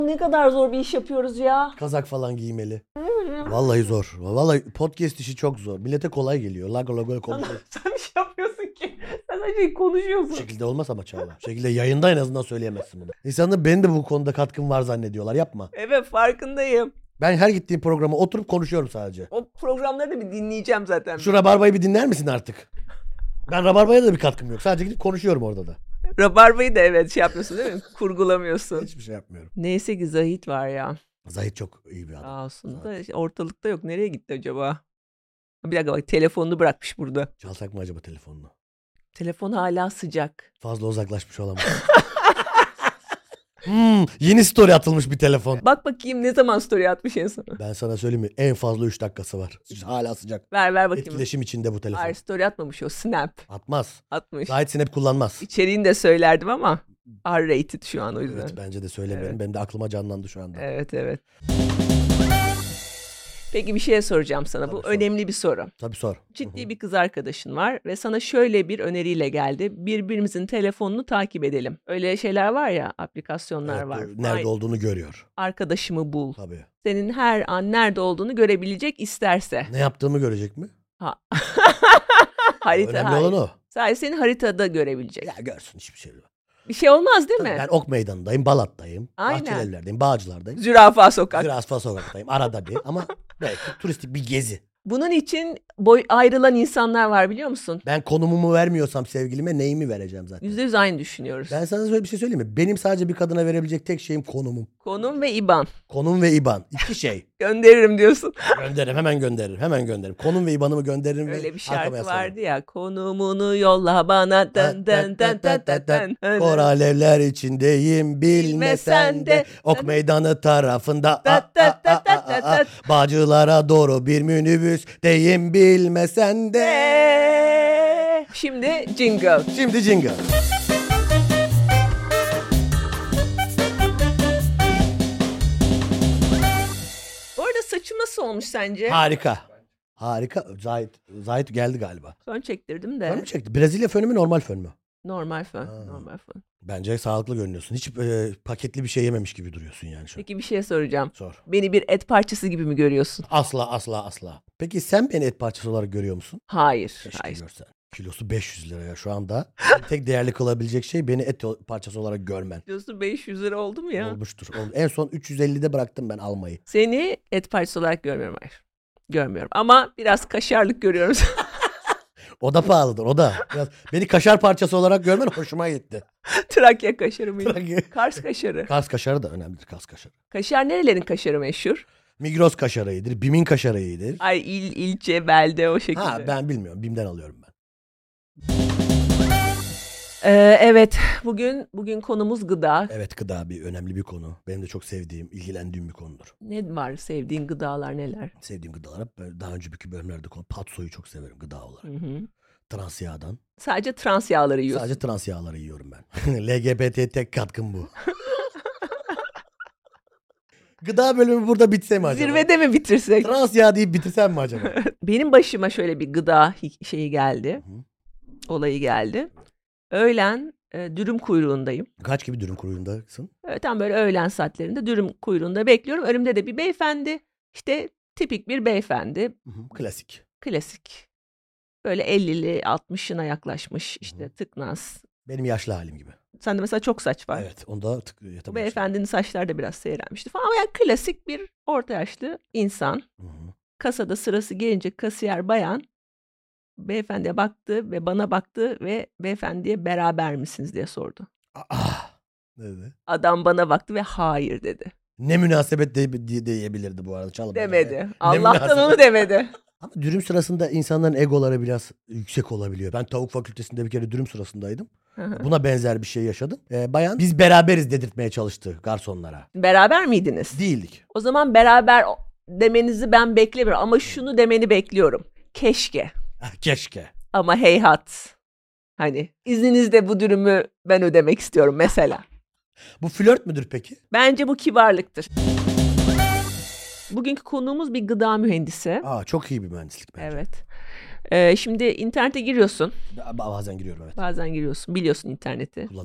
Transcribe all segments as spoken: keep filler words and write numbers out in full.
Ne kadar zor bir iş yapıyoruz ya. Kazak falan giymeli. Vallahi zor. Vallahi podcast işi çok zor. Millete kolay geliyor. Lago lago konuşuyor. Sen bir şey yapıyorsun ki. Sen sadece konuşuyorsun. Bu şekilde olmaz ama Çağla. Bu şekilde yayında en azından söyleyemezsin bunu. İnsanlar benim de bu konuda katkım var zannediyorlar. Yapma. Evet, farkındayım. Ben her gittiğim programa oturup konuşuyorum sadece. O programları da bir dinleyeceğim zaten. Şu Rabarba'yı bir dinler misin artık? Ben Rabarba'ya da bir katkım yok. Sadece gidip konuşuyorum orada da. Rabarba'yı da evet şey yapıyorsun değil mi? Kurgulamıyorsun. Hiçbir şey yapmıyorum. Neyse ki Zahit var ya. Zahit çok iyi bir adam. Sağ olsun da işte ortalıkta yok. Nereye gitti acaba? Bir dakika bak, telefonunu bırakmış burada. Çalsak mı acaba telefonunu? Telefon hala sıcak. Fazla uzaklaşmış olamaz. hmm, yeni story atılmış bir telefon. Bak bakayım ne zaman story atmış en son. Ben sana söyleyeyim mi? En fazla üç dakikası var. Hala sıcak. Ver ver bakayım. Etkileşim içinde bu telefon. Hayır, story atmamış o. Snap Atmaz. atmış. Zahit Snap kullanmaz. İçeriğini de söylerdim ama R-rated şu an o yüzden. Evet, bence de söylemeyelim. Evet. Benim de aklıma canlandı şu anda. Evet evet. Peki bir şey soracağım sana. Tabii Bu sor. önemli bir soru. Tabii sor. Ciddi bir kız arkadaşın var ve sana şöyle bir öneriyle geldi. Birbirimizin telefonunu takip edelim. Öyle şeyler var ya, aplikasyonlar Evet, var. nerede Ay, olduğunu görüyor. arkadaşımı bul. Tabii. Senin her an nerede olduğunu görebilecek isterse. Ne yaptığımı görecek mi? Ha. Harita. Önemli hayır. olan o. Sadece seni haritada görebilecek. Ya görsün, hiçbir şey yok. Bir şey olmaz değil Tabii mi? ben Ok Meydanı'ndayım, Balat'tayım, Aynen. Bahçelievler'deyim, Bağcılar'dayım. Zürafa sokak. Zürafa Sokak'tayım arada bir ama belki turistik bir gezi. Bunun için boy ayrılan insanlar var biliyor musun? Ben konumumu vermiyorsam sevgilime neyimi vereceğim zaten? Yüzde yüz aynı düşünüyoruz. Ben sana şöyle bir şey söyleyeyim mi? Benim sadece bir kadına verebilecek tek şeyim konumum. Konum ve İban. Konum ve İban. İki şey. Gönderirim diyorsun. Gönderirim, hemen gönderirim. Hemen gönderirim. Konum ve İban'ımı gönderirim ve Öyle bir arkama şarkı yaslarım. vardı ya. Konumunu yolla bana. Dın dın dın dın dın dın. Kor alevler içindeyim bilmesen Bilmesen de de. Ok Meydanı tarafında Dat, a, dat, a, dat, a, dat, a, dat, a, dat. Bağcılara doğru bir minibüs deyim bilmesen de. Eee, Şimdi jingle. Şimdi jingle. Bu arada saçım nasıl olmuş sence? Harika. Harika. Zahit, Zahit geldi galiba. Fön çektirdim Fön de. mü çekti? Brezilya fönü mü, normal fön mü? Normal fön. Ha. Normal fön. Bence sağlıklı görünüyorsun. Hiç e, paketli bir şey yememiş gibi duruyorsun yani şu an. Peki bir şey soracağım. Sor. Beni bir et parçası gibi mi görüyorsun? Asla asla asla. Peki sen beni et parçası olarak görüyor musun? Hayır. Keşke Hayır. görsen. Kilosu beş yüz lira ya şu anda. Tek değerli kılabilecek şey beni et parçası olarak görmen. Diyorsun beş yüz lira oldu mu ya? Olmuştur. Oldu. En son üç yüz ellide bıraktım ben almayı. Seni et parçası olarak görmüyorum, hayır. Görmüyorum ama biraz kaşarlık görüyorum. O da pahalıdır o da. Biraz, beni kaşar parçası olarak görmen hoşuma gitti. Trakya kaşarı mı? Trakya- Kars kaşarı. Kars kaşarı da önemlidir, Kars kaşarı. Kaşar nerelerin kaşarı meşhur? Migros kaşarı iyidir, Bim'in kaşarı iyidir. Ay il, ilçe, belde o şekilde. Ha ben bilmiyorum, Bim'den alıyorum ben. Ee, evet bugün bugün konumuz gıda. Evet, gıda bir önemli bir konu. Benim de çok sevdiğim, ilgilendiğim bir konudur. Ne var sevdiğin gıdalar neler? Sevdiğim gıdalar hep böyle daha önceki bölümlerde konu. Patsoyu çok severim gıda olarak. Hı hı. Trans yağdan. Sadece trans yağları yiyorsun. Sadece trans yağları yiyorum ben. L G B T tek katkım bu. Gıda bölümü burada bitse mi acaba? Zirvede mi bitirsek? Trans yağ deyip bitirsem mi acaba? Benim başıma şöyle bir gıda hi- şeyi geldi. Hı. Olayı geldi. Öğlen e, dürüm kuyruğundayım. Kaç gibi dürüm kuyruğundasın? E, tam böyle öğlen saatlerinde dürüm kuyruğunda bekliyorum. Önümde de bir beyefendi. İşte tipik bir beyefendi. Hı hı, klasik. Klasik. Böyle ellili altmışına yaklaşmış. İşte tıknaz. Benim yaşlı halim gibi. Sende mesela çok saç var. Evet, onda tık Bu yatamıyorsun. beyefendinin saçları da biraz seyrelmişti falan. Ama yani klasik bir orta yaşlı insan. Hı hı. Kasada sırası gelince kasiyer bayan beyefendiye baktı ve bana baktı ve beyefendiye beraber misiniz diye sordu. Ah, ne dedi? Adam bana baktı ve hayır dedi. Ne münasebet de, diye diyebilirdi bu arada. Çalın Demedi. Ne Allah'tan münasebet. onu demedi. Ama dürüm sırasında insanların egoları biraz yüksek olabiliyor. Ben tavuk fakültesinde bir kere dürüm sırasındaydım. Hı hı. Buna benzer bir şey yaşadım. Ee, bayan biz beraberiz dedirtmeye çalıştı garsonlara. Beraber miydiniz? Değildik. O zaman beraber demenizi ben beklemiyorum ama şunu demeni bekliyorum. Keşke Ah, keşke. ama heyhat. Hani izninizle bu dürümü ben ödemek istiyorum mesela. Bu flört müdür peki? Bence bu kibarlıktır. Bugünkü konuğumuz bir gıda mühendisi. Aa, çok iyi bir mühendislik bence. Evet. Ee, şimdi internete giriyorsun. Ba- Bazen giriyorum, evet. Bazen giriyorsun. Biliyorsun interneti. Kullanırım.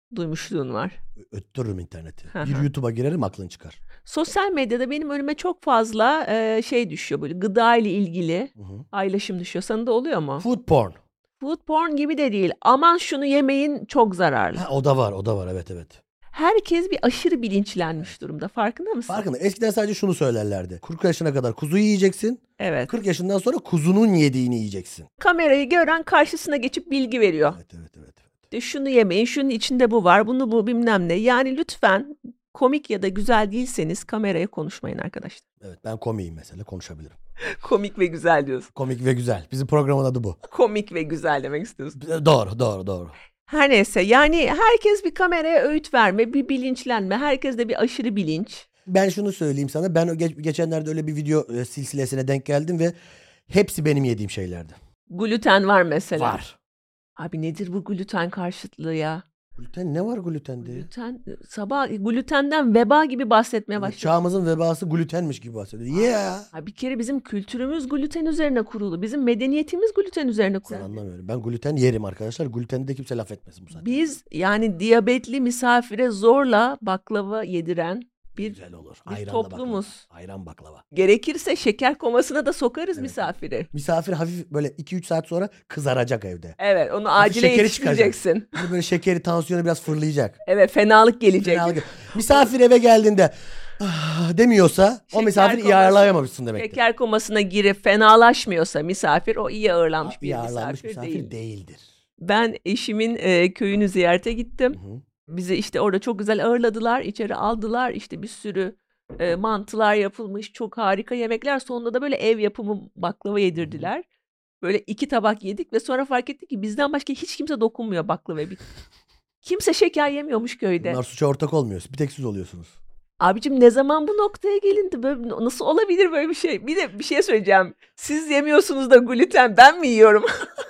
duymuşluğun var. Öttürürüm interneti. Hı Bir hı. YouTube'a girerim aklın çıkar. Sosyal medyada benim önüme çok fazla e, şey düşüyor, böyle gıda ile ilgili Hı hı. paylaşım düşüyor. Sana da oluyor mu? Food porn. Food porn gibi de değil. Aman şunu yemeyin, çok zararlı. Ha, o da var o da var evet evet. Herkes bir aşırı bilinçlenmiş durumda. Farkında mısın? Farkında. Eskiden sadece şunu söylerlerdi. kırk yaşına kadar kuzu yiyeceksin. Evet. kırk yaşından sonra kuzunun yediğini yiyeceksin. Kamerayı gören karşısına geçip bilgi veriyor. Evet evet evet. evet. De şunu yemeyin, şunun içinde bu var, bunu bu bilmem ne. Yani lütfen komik ya da güzel değilseniz kameraya konuşmayın arkadaşlar. Evet ben komiyim mesela konuşabilirim. Komik ve güzel diyorsun. Komik ve güzel. Bizim programın adı bu. Komik ve güzel demek istiyorsun. Doğru doğru doğru. Her neyse, yani herkes bir kameraya öğüt verme, bir bilinçlenme. Herkes de bir aşırı bilinç. Ben şunu söyleyeyim sana. Ben o geç, geçenlerde öyle bir video e, silsilesine denk geldim ve hepsi benim yediğim şeylerdi. Gluten var mesela. Var. Abi nedir bu gluten karşıtlığı ya? Gluten ne var glutende ya? Gluten, sabah glutenden veba gibi bahsetmeye başladı. Çağımızın vebası glutenmiş gibi bahsediyor. Yeah. Ha, bir kere bizim kültürümüz gluten üzerine kurulu. Bizim medeniyetimiz gluten üzerine Ben kurulu. anlamıyorum. Ben gluten yerim arkadaşlar. Gluteni de kimse laf etmesin bu saatte. Biz yani diyabetli misafire zorla baklava yediren bir, Güzel olur. bir Ayranla toplumuz. baklava. Ayran baklava. Gerekirse şeker komasına da sokarız Evet. misafiri. Misafir hafif böyle iki üç saat sonra kızaracak evde. Evet, onu Hafif acile şekeri yetiştireceksin. Hani böyle şekeri, tansiyonu biraz fırlayacak. Evet, fenalık gelecek. Fenalık. Misafir eve geldiğinde "Ah," demiyorsa o Şeker misafiri iyi koması- ağırlayamamışsın demektir. Şeker komasına girip fenalaşmıyorsa misafir, o iyi ağırlanmış İyi bir ağırlanmış misafir, misafir değil. değildir. Ben eşimin e, köyünü ziyarete gittim. Hı hı. Bizi işte orada çok güzel ağırladılar, içeri aldılar. İşte bir sürü e, mantılar yapılmış, çok harika yemekler. Sonunda da böyle ev yapımı baklava yedirdiler. Böyle iki tabak yedik ve sonra fark ettik ki bizden başka hiç kimse dokunmuyor baklavaya. Bir- Kimse şeker yemiyormuş köyde. Bunlar suça ortak olmuyor. Bir tek siz oluyorsunuz. Abicim, ne zaman bu noktaya gelindi? Böyle, nasıl olabilir böyle bir şey? Bir de bir şey söyleyeceğim. Siz yemiyorsunuz da gluten, ben mi yiyorum?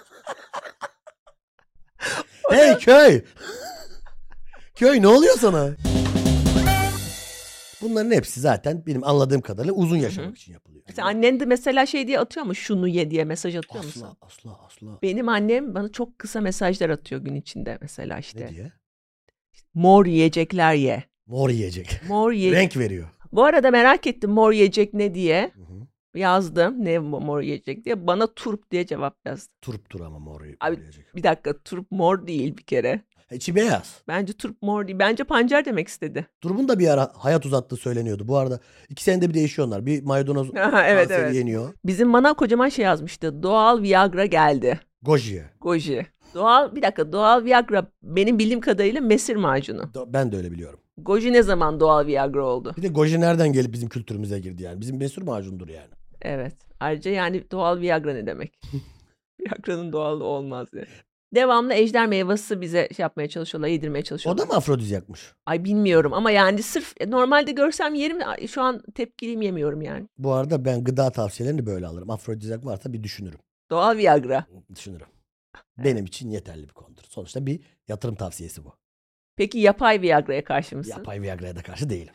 Hey köy! Köy ne oluyor sana? Bunların hepsi zaten benim anladığım kadarıyla uzun yaşamak için yapılıyor. Mesela annen de mesela şey diye atıyor mu? Şunu ye diye mesaj atıyor musun? Asla asla asla. Benim annem bana çok kısa mesajlar atıyor gün içinde mesela Ne işte. diye? Mor yiyecekler ye. Mor yiyecek. Mor ye. Renk veriyor. Bu arada merak ettim mor yiyecek ne diye. Hı hı. Yazdım ne mor yiyecek diye. Bana turp diye cevap yazdı. Turp tur ama mor, mor Abi, yiyecek. Bir dakika, turp mor değil bir kere. İçi beyaz. Bence turp mor değil. Bence pancar demek istedi. Turpun da bir ara hayat uzattığı söyleniyordu. Bu arada iki senede bir değişiyorlar. Bir maydanoz Aha, evet kanseri evet. yeniyor. Bizim manav kocaman şey yazmıştı. Doğal Viagra geldi. Goji'ye. Goji. Doğal bir dakika doğal Viagra benim bildiğim kadarıyla mesir macunu. Do- Ben de öyle biliyorum. Goji ne zaman doğal Viagra oldu? Bir de goji nereden gelip bizim kültürümüze girdi yani. Bizim mesur macundur yani. Evet. Ayrıca yani doğal Viagra ne demek? Viagra'nın doğallığı olmaz yani. Devamlı ejder meyvesi bize şey yapmaya çalışıyorlar, yedirmeye O çalışıyorlar. da mı afrodizyakmış? Ay bilmiyorum ama yani sırf e, normalde görsem yerim, ay, şu an tepkiliyim, yemiyorum yani. Bu arada ben gıda tavsiyelerini böyle alırım. Afrodizyak varsa bir düşünürüm. Doğal Viagra. Düşünürüm. Benim için yeterli bir konudur. Sonuçta bir yatırım tavsiyesi bu. Peki yapay Viagra'ya karşı mısın? Yapay Viagra'ya da karşı değilim.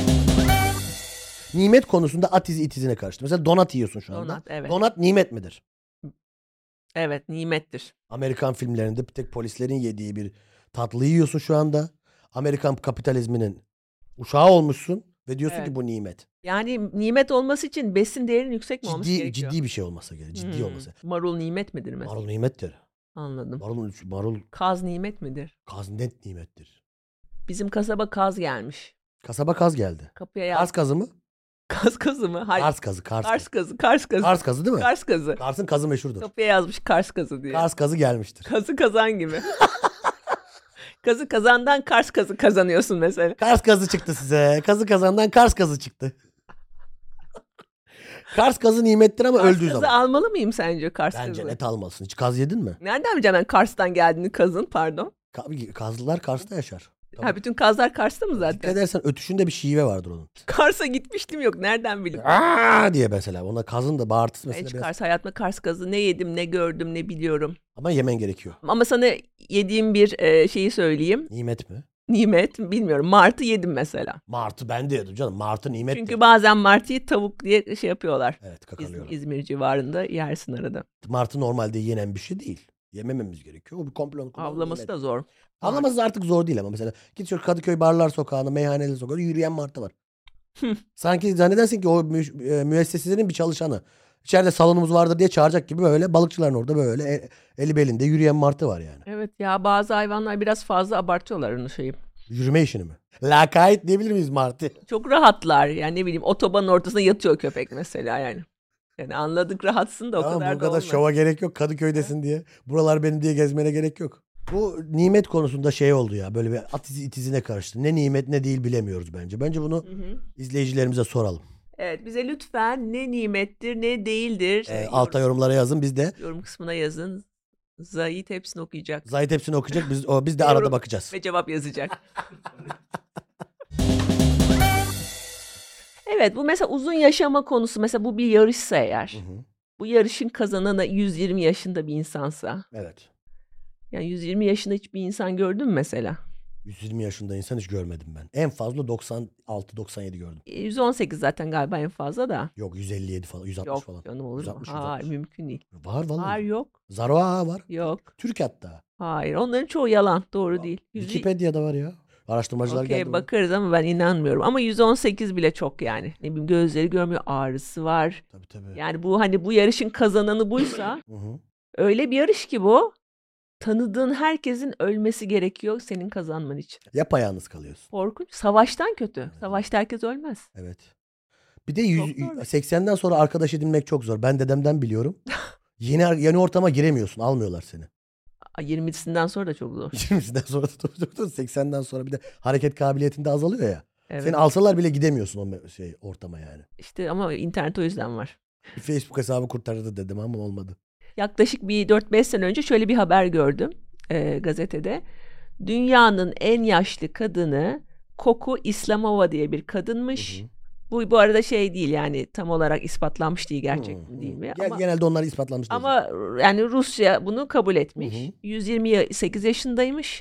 Nimet konusunda at izi it izine karıştı. Mesela donat yiyorsun şu anda. Donat, evet. Donat nimet midir? Evet, nimettir. Amerikan filmlerinde bir tek polislerin yediği bir tatlı yiyorsun şu anda. Amerikan kapitalizminin uşağı olmuşsun ve diyorsun Evet. ki bu nimet. Yani nimet olması için besin değerinin yüksek mi olması Ciddi gerekiyor? ciddi bir şey olmasa gerek. Ciddi Hmm. olması. Marul nimet midir mesela? Marul nimettir. Anladım. Marul marul Kaz nimet midir? kaz net nimettir. Bizim kasaba kaz gelmiş. Kasaba kaz geldi. Kapıya yaz. Kars kazı mı? Kaz kazı mı? Hayır. Kars kazı, Kars. Kars kazı. kazı. Kars kazı. Kars kazı değil mi? Kars kazı. Kars'ın kazı meşhurdur. Kapıya yazmış Kars kazı diye. Kars kazı gelmiştir. Kazı kazan gibi. Kazı kazandan Kars kazı kazanıyorsun mesela. Kars kazı çıktı size. Kazı kazandan Kars kazı çıktı. Kars kazı nimettir ama Kars öldüğü kazı zaman. almalı mıyım sence Kars Bence kazı? net almalısın. Hiç kaz yedin mi? Nereden bileceğim ben Kars'tan geldiğini kazın, pardon. Ka- Kazlılar Kars'ta yaşar. Tabii. Ha, bütün kazlar Kars'ta mı Dikkat zaten? edersen ötüşünde bir şive vardır onun. Kars'a gitmiştim, yok nereden bileyim. Aa diye mesela. Ona kazın da bağırtısı Ben mesela hiç biraz. Kars hayatımda Kars kazı ne yedim, ne gördüm, ne biliyorum. Ama yemen gerekiyor. Ama sana yediğim bir e, şeyi söyleyeyim. Nimet mi? Nimet bilmiyorum. Martı yedim mesela. Martı ben de yedim canım. Martı nimettir. Çünkü bazen martıyı tavuk diye şey yapıyorlar. Evet İz- kakalıyorlar. İzmir civarında yersin arada. Martı normalde yenen bir şey değil. Yemememiz gerekiyor. O bir komplonun kullanımı Avlaması nimet. da zor. Avlaması artık zor değil ama mesela git şu Kadıköy Barlar Sokağı'na, Meyhaneler Sokağı'na yürüyen martı var. Sanki zannedersin ki o mü- e, müesseselerin bir çalışanı. İçeride salonumuz vardır diye çağıracak gibi böyle balıkçıların orada böyle e- eli belinde yürüyen martı var yani. Evet ya, bazı hayvanlar biraz fazla abartıyorlar onu şeyi. Yürüme işini mi? Lakayt diyebilir miyiz martı? Çok rahatlar. Yani ne bileyim, otobanın ortasında yatıyor köpek mesela yani. Yani anladık, rahatsın da o Tamam, kadar bu da kadar olmaz. şova gerek yok. Kadıköy'desin diye. Buralar benim diye gezmene gerek yok. Bu nimet konusunda şey oldu ya. Böyle bir at izi it izine karıştı. Ne nimet ne değil bilemiyoruz bence. Bence bunu Hı hı. izleyicilerimize soralım. Evet, bize lütfen ne nimettir ne değildir. Ee, Ee, alta yorum, yorumlara yazın. Biz de yorum kısmına yazın. Zahit hepsini okuyacak. Zahit hepsini okuyacak. Biz, o, biz de Ve arada yorum bakacağız. Ve cevap yazacak. Evet, bu mesela uzun yaşama konusu. Mesela bu bir yarışsa eğer. Hı hı. Bu yarışın kazananı yüz yirmi yaşında bir insansa. Evet. Yani yüz yirmi yaşında hiçbir insan gördün mü mesela? yüz yirmi yaşında insan hiç görmedim ben. En fazla doksan altı doksan yedi gördüm. E, yüz on sekiz zaten galiba en fazla da. Yok yüz elli yedi falan, yüz altmış Yok falan. canım, olur yüz mu? altmış, Hayır, yüz altmış. mümkün değil. Var vallahi. Hayır, yok. Zaroa var. Yok. Türk hatta. Hayır, onların çoğu yalan. Doğru değil. Yüzü... Wikipedia'da var ya. Araştırmacılar geldi. Okey, bana. bakarız ama ben inanmıyorum. Ama yüz on sekiz bile çok yani. Ne bileyim, gözleri görmüyor, ağrısı var. Tabii tabii. Yani bu, hani bu yarışın kazananı buysa Hı hı. öyle bir yarış ki bu. Tanıdığın herkesin ölmesi gerekiyor senin kazanman için. Yapayalnız kalıyorsun. Korkunç. Savaştan kötü. Savaşta herkes ölmez. Evet. Bir de yüz, Çok zor. seksenden sonra arkadaş edinmek çok zor. Ben dedemden biliyorum. Yeni yeni ortama giremiyorsun. Almıyorlar seni. Aa, yirmisinden sonra da çok zor. yirmisinden sonra da seksenden sonra bir de hareket kabiliyetin de azalıyor ya. Evet. Seni alsalar bile gidemiyorsun o şey ortama yani. İşte ama internet o yüzden var. Bir Facebook hesabı kurtarırdı dedim ama olmadı. Yaklaşık bir dört beş sene önce şöyle bir haber gördüm e, gazetede. Dünyanın en yaşlı kadını Koku İslamova diye bir kadınmış. Hı hı. Bu bu arada şey değil, yani tam olarak ispatlanmış değil, gerçek Hı mi hı. değil mi? Gen- Ama Genelde onlar ispatlanmış değil zaten. ama yani Rusya bunu kabul etmiş. Hı hı. yüz yirmi sekiz yaşındaymış.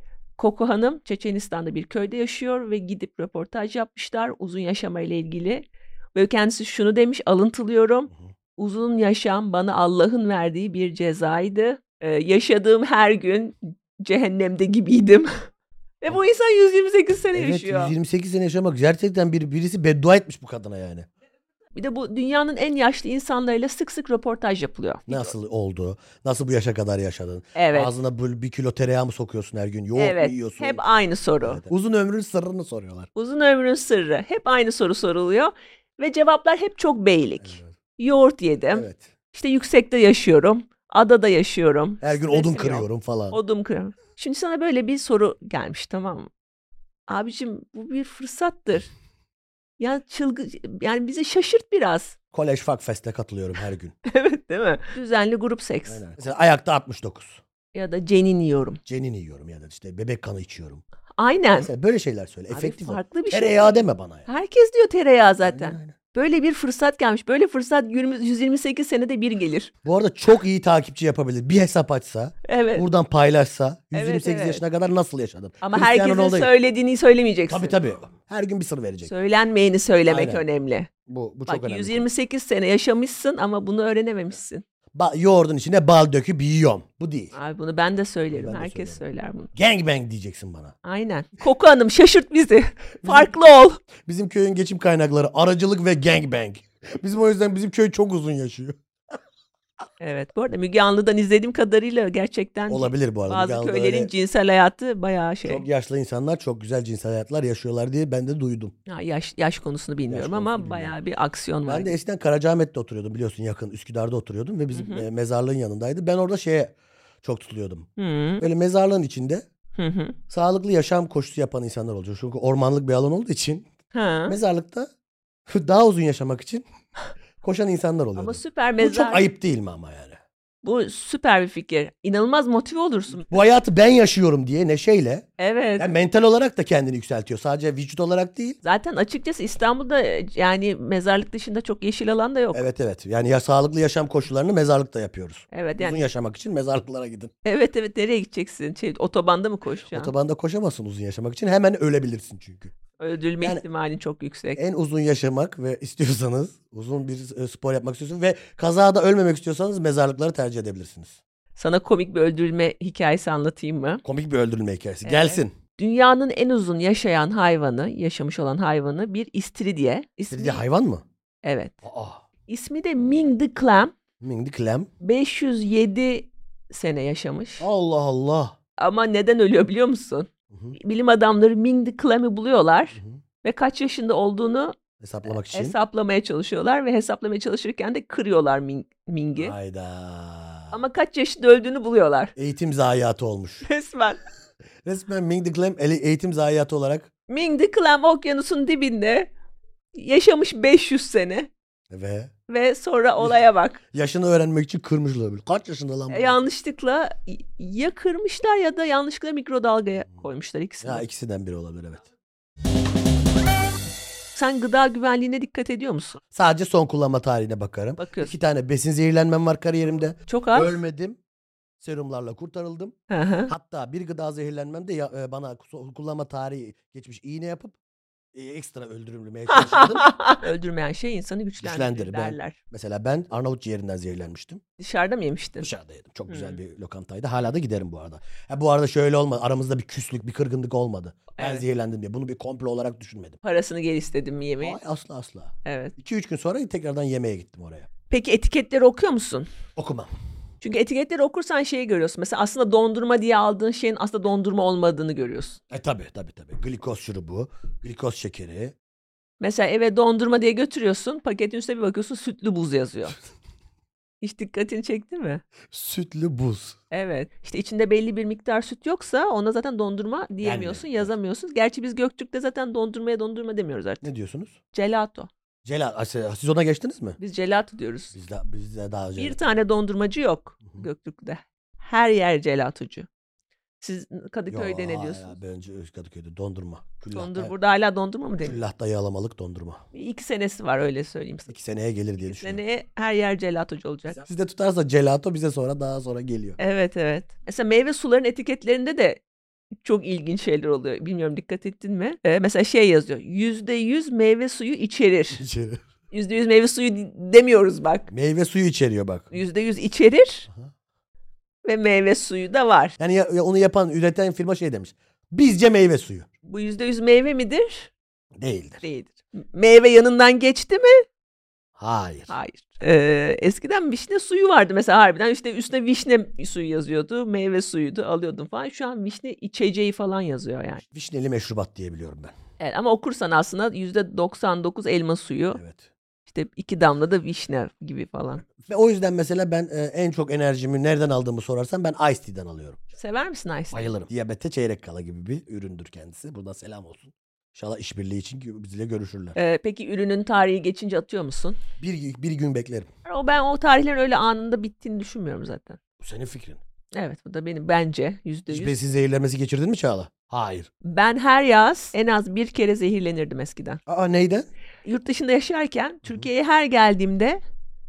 Koku Hanım Çeçenistan'da bir köyde yaşıyor ve gidip röportaj yapmışlar uzun yaşamayla ilgili. Ve kendisi şunu demiş, alıntılıyorum. Hı hı. Uzun yaşam bana Allah'ın verdiği bir cezaydı. Ee, yaşadığım her gün cehennemde gibiydim. Ve bu insan yüz yirmi sekiz sene Evet, yaşıyor. yüz yirmi sekiz sene yaşamak gerçekten bir birisi beddua etmiş bu kadına yani. Bir de bu dünyanın en yaşlı insanlarıyla sık sık röportaj yapılıyor. Nasıl oldu? Nasıl bu yaşa kadar yaşadın? Evet. Ağzına böyle bir kilo tereyağı mı sokuyorsun her gün? Yoğurt mu Evet. yiyorsun? Hep aynı soru. Evet. Uzun ömrün sırrını soruyorlar. Uzun ömrün sırrı. Hep aynı soru soruluyor. Ve cevaplar hep çok beylik. Evet. Yoğurt yedim. Evet. İşte yüksekte yaşıyorum. Adada yaşıyorum. Her gün Stresim odun yok. kırıyorum falan. Odun kırıyorum. Şimdi sana böyle bir soru gelmiş, tamam mı? Abicim, bu bir fırsattır. Ya çılgın, yani bizi şaşırt biraz. Kolej Fakfest'e katılıyorum her gün. Evet, değil mi? Düzenli grup seks. Aynen. Mesela ayakta altmış dokuz. Ya da cenin yiyorum. Cenin yiyorum ya da işte bebek kanı içiyorum. Aynen. Mesela böyle şeyler söyle. Abi Efektif ol. farklı bir şey. Tereyağı deme bana ya. Herkes diyor tereyağı zaten. Aynen, aynen. Böyle bir fırsat gelmiş. Böyle fırsat yüz yirmi sekiz senede bir gelir. Bu arada çok iyi takipçi yapabilir. Bir hesap açsa, Evet. buradan paylaşsa yüz yirmi sekiz Evet, evet. yaşına kadar nasıl yaşadın? Ama Cristiano herkesin Ronaldo'yu- söylediğini söylemeyeceksin. Tabii tabii. Her gün bir sır verecek. Söylenmeyeni söylemek Aynen. önemli. Bu, bu çok Bak, önemli. yüz yirmi sekiz sene yaşamışsın ama bunu öğrenememişsin. Ba- yoğurdun içine bal döküp yiyorum. Bu değil. Abi bunu ben de söylerim. Ben de Herkes söylerim. söyler bunu. Gangbang diyeceksin bana. Aynen. Koku Hanım, şaşırt bizi. Farklı ol. Bizim köyün geçim kaynakları aracılık ve gangbang. Bizim o yüzden bizim köy çok uzun yaşıyor. Evet, bu arada Müge Anlı'dan izlediğim kadarıyla gerçekten Olabilir bu arada. bazı Müge Anlı'da köylerin öyle cinsel hayatı bayağı şey. çok yaşlı insanlar çok güzel cinsel hayatlar yaşıyorlar diye ben de duydum. Ha, yaş yaş konusunu bilmiyorum konusunu ama bilmiyorum. bayağı bir aksiyon var. Ben de eskiden Karacaahmet'te oturuyordum biliyorsun, yakın Üsküdar'da oturuyordum ve bizim Hı hı. e, mezarlığın yanındaydı. Ben orada şeye çok tutuluyordum. Hı Böyle mezarlığın içinde hı. hı. sağlıklı yaşam koşusu yapan insanlar oluyor. Çünkü ormanlık bir alan olduğu için Ha. mezarlıkta daha uzun yaşamak için koşan insanlar oluyordu. Ama süper Bu mezar. çok ayıp değil mi ama yani? Bu süper bir fikir. İnanılmaz motive olursun. Bu hayatı ben yaşıyorum diye neşeyle, Evet. yani mental olarak da kendini yükseltiyor. Sadece vücut olarak değil. Zaten açıkçası İstanbul'da e, yani mezarlık dışında çok yeşil alan da yok. Evet evet. Yani ya sağlıklı yaşam koşullarını mezarlıkta yapıyoruz. Evet Uzun yani. yaşamak için mezarlıklara gidin. Evet evet, nereye gideceksin? Şey, otobanda mı koşacaksın? Otobanda koşamazsın uzun yaşamak için. Hemen ölebilirsin çünkü. Öldürülme Yani- ihtimalin çok yüksek. En uzun yaşamak ve istiyorsanız uzun bir e, spor yapmak istiyorsanız ve kazada ölmemek istiyorsanız mezarlıkları tercih edebilirsiniz. Sana komik bir öldürülme hikayesi anlatayım mı? Komik bir öldürülme hikayesi. Evet. Gelsin. Dünyanın en uzun yaşayan hayvanı, yaşamış olan hayvanı bir istiridye. İsmi, İstiridye hayvan mı? evet. Aa. İsmi de Ming the Clam. Ming the Clam. beş yüz yedi sene yaşamış. Allah Allah. Ama neden ölüyor biliyor musun? Hı-hı. Bilim adamları Ming the Clam'ı buluyorlar. Hı-hı. Ve kaç yaşında olduğunu Hesaplamak için. hesaplamaya çalışıyorlar. Ve hesaplamaya çalışırken de kırıyorlar Ming, Ming'i. Hayda. Ama kaç yaşında öldüğünü buluyorlar. Eğitim zayiatı olmuş. Resmen. Resmen Ming the Clam eğitim zayiatı olarak. Ming the Clam okyanusun dibinde yaşamış beş yüz sene. Ve? Ve sonra olaya bak. Yaşını öğrenmek için kırmışlar. Böyle. Kaç yaşında lan bu? E, yanlışlıkla ya kırmışlar ya da yanlışlıkla mikrodalgaya koymuşlar ikisini. Ya ikisinden biri olabilir, evet. Sen gıda güvenliğine dikkat ediyor musun? Sadece son kullanma tarihine bakarım. Bakıyorsun. İki tane besin zehirlenmem var kariyerimde. Çok az. Ölmedim. Serumlarla kurtarıldım. Hı hı. Hatta bir gıda zehirlenmemde ya, e, bana so- kullanma tarihi geçmiş iğne yapıp e, ekstra öldürülmeye çalışıldım. Öldürmeyen şey insanı güçlendirir, Güçlendirir, ben- derler. Mesela ben Arnavut ciğerinden zehirlenmiştim. Dışarıda mı yemiştin? Dışarıda yedim. Çok güzel Hmm. bir lokantaydı. Hala da giderim bu arada. Ha, bu arada şöyle olmadı. Aramızda bir küslük, bir kırgınlık olmadı. Ben Evet. zehirlendim diye. Bunu bir komplo olarak düşünmedim. Parasını geri istedim mi yemeği? Ay, asla asla. Evet. iki üç gün sonra tekrardan yemeğe gittim oraya. Peki etiketleri okuyor musun? Okumam. Çünkü etiketleri okursan şeyi görüyorsun. Mesela aslında dondurma diye aldığın şeyin aslında dondurma olmadığını görüyorsun. E tabi tabi tabi. Glikoz şurubu, glikoz şekeri. Mesela eve dondurma diye götürüyorsun. Paketin üstüne bir bakıyorsun sütlü buz yazıyor. Hiç dikkatini çekti mi? Sütlü buz. Evet. İşte içinde belli bir miktar süt yoksa ona zaten dondurma diyemiyorsun, Gelmiyor, evet. yazamıyorsun. Gerçi biz Göktürk'te zaten dondurmaya dondurma demiyoruz artık. Ne diyorsunuz? Gelato. Celal. Siz ona geçtiniz mi? Biz gelato diyoruz. Bizde, bizde daha önce. Bir tane dondurmacı yok Hı hı. Göktürk'te. Her yer gelatocu. Siz Kadıköy'de Yo, ne aa, diyorsunuz? Ya, bence Kadıköy'de dondurma. Küllahta, Dondur burada hala dondurma mı deniyor? Küllahta yağlamalık dondurma. İki senesi var öyle söyleyeyim sana. İki seneye gelir diye düşünüyorum. Seneye her yer gelatocu olacak. Sizde tutarsa gelato bize sonra daha sonra geliyor. Evet evet. Mesela meyve suların etiketlerinde de çok ilginç şeyler oluyor. Bilmiyorum dikkat ettin mi? Ee, mesela şey yazıyor. yüzde yüz meyve suyu içerir. İçeri. yüzde yüz meyve suyu demiyoruz bak. Meyve suyu içeriyor bak. yüzde yüz içerir. Aha. Ve meyve suyu da var. Yani ya, ya onu yapan, üreten firma şey demiş. Bizce meyve suyu. Bu yüzde yüz meyve midir? Değildir. Değildir. Meyve yanından geçti mi? Hayır. Hayır. Ee, eskiden vişne suyu vardı mesela harbiden işte üstüne vişne suyu yazıyordu. Meyve suyuydu alıyordun falan. Şu an vişne içeceği falan yazıyor yani. Vişneli meşrubat diye biliyorum ben. Evet, ama okursan aslında yüzde doksan dokuz elma suyu. Evet. İşte iki damla da vişne gibi falan. Ve o yüzden mesela ben e, en çok enerjimi nereden aldığımı sorarsan ben Ice Tea'den alıyorum. Sever misin Ice Tea? Bayılırım. Diyabete çeyrek kala gibi bir üründür kendisi. Buradan selam olsun. İnşallah işbirliği için bizle görüşürler. Ee, peki ürünün tarihi geçince atıyor musun? Bir, bir gün beklerim. O ben o tarihlerin öyle anında bittiğini düşünmüyorum zaten. Bu senin fikrin. Evet bu da benim bence yüzde Hiç yüz. besin zehirlenmesi geçirdin mi Çağla? Hayır. Ben her yaz en az bir kere zehirlenirdim eskiden. Aa, neyden? Yurt dışında yaşarken Türkiye'ye her geldiğimde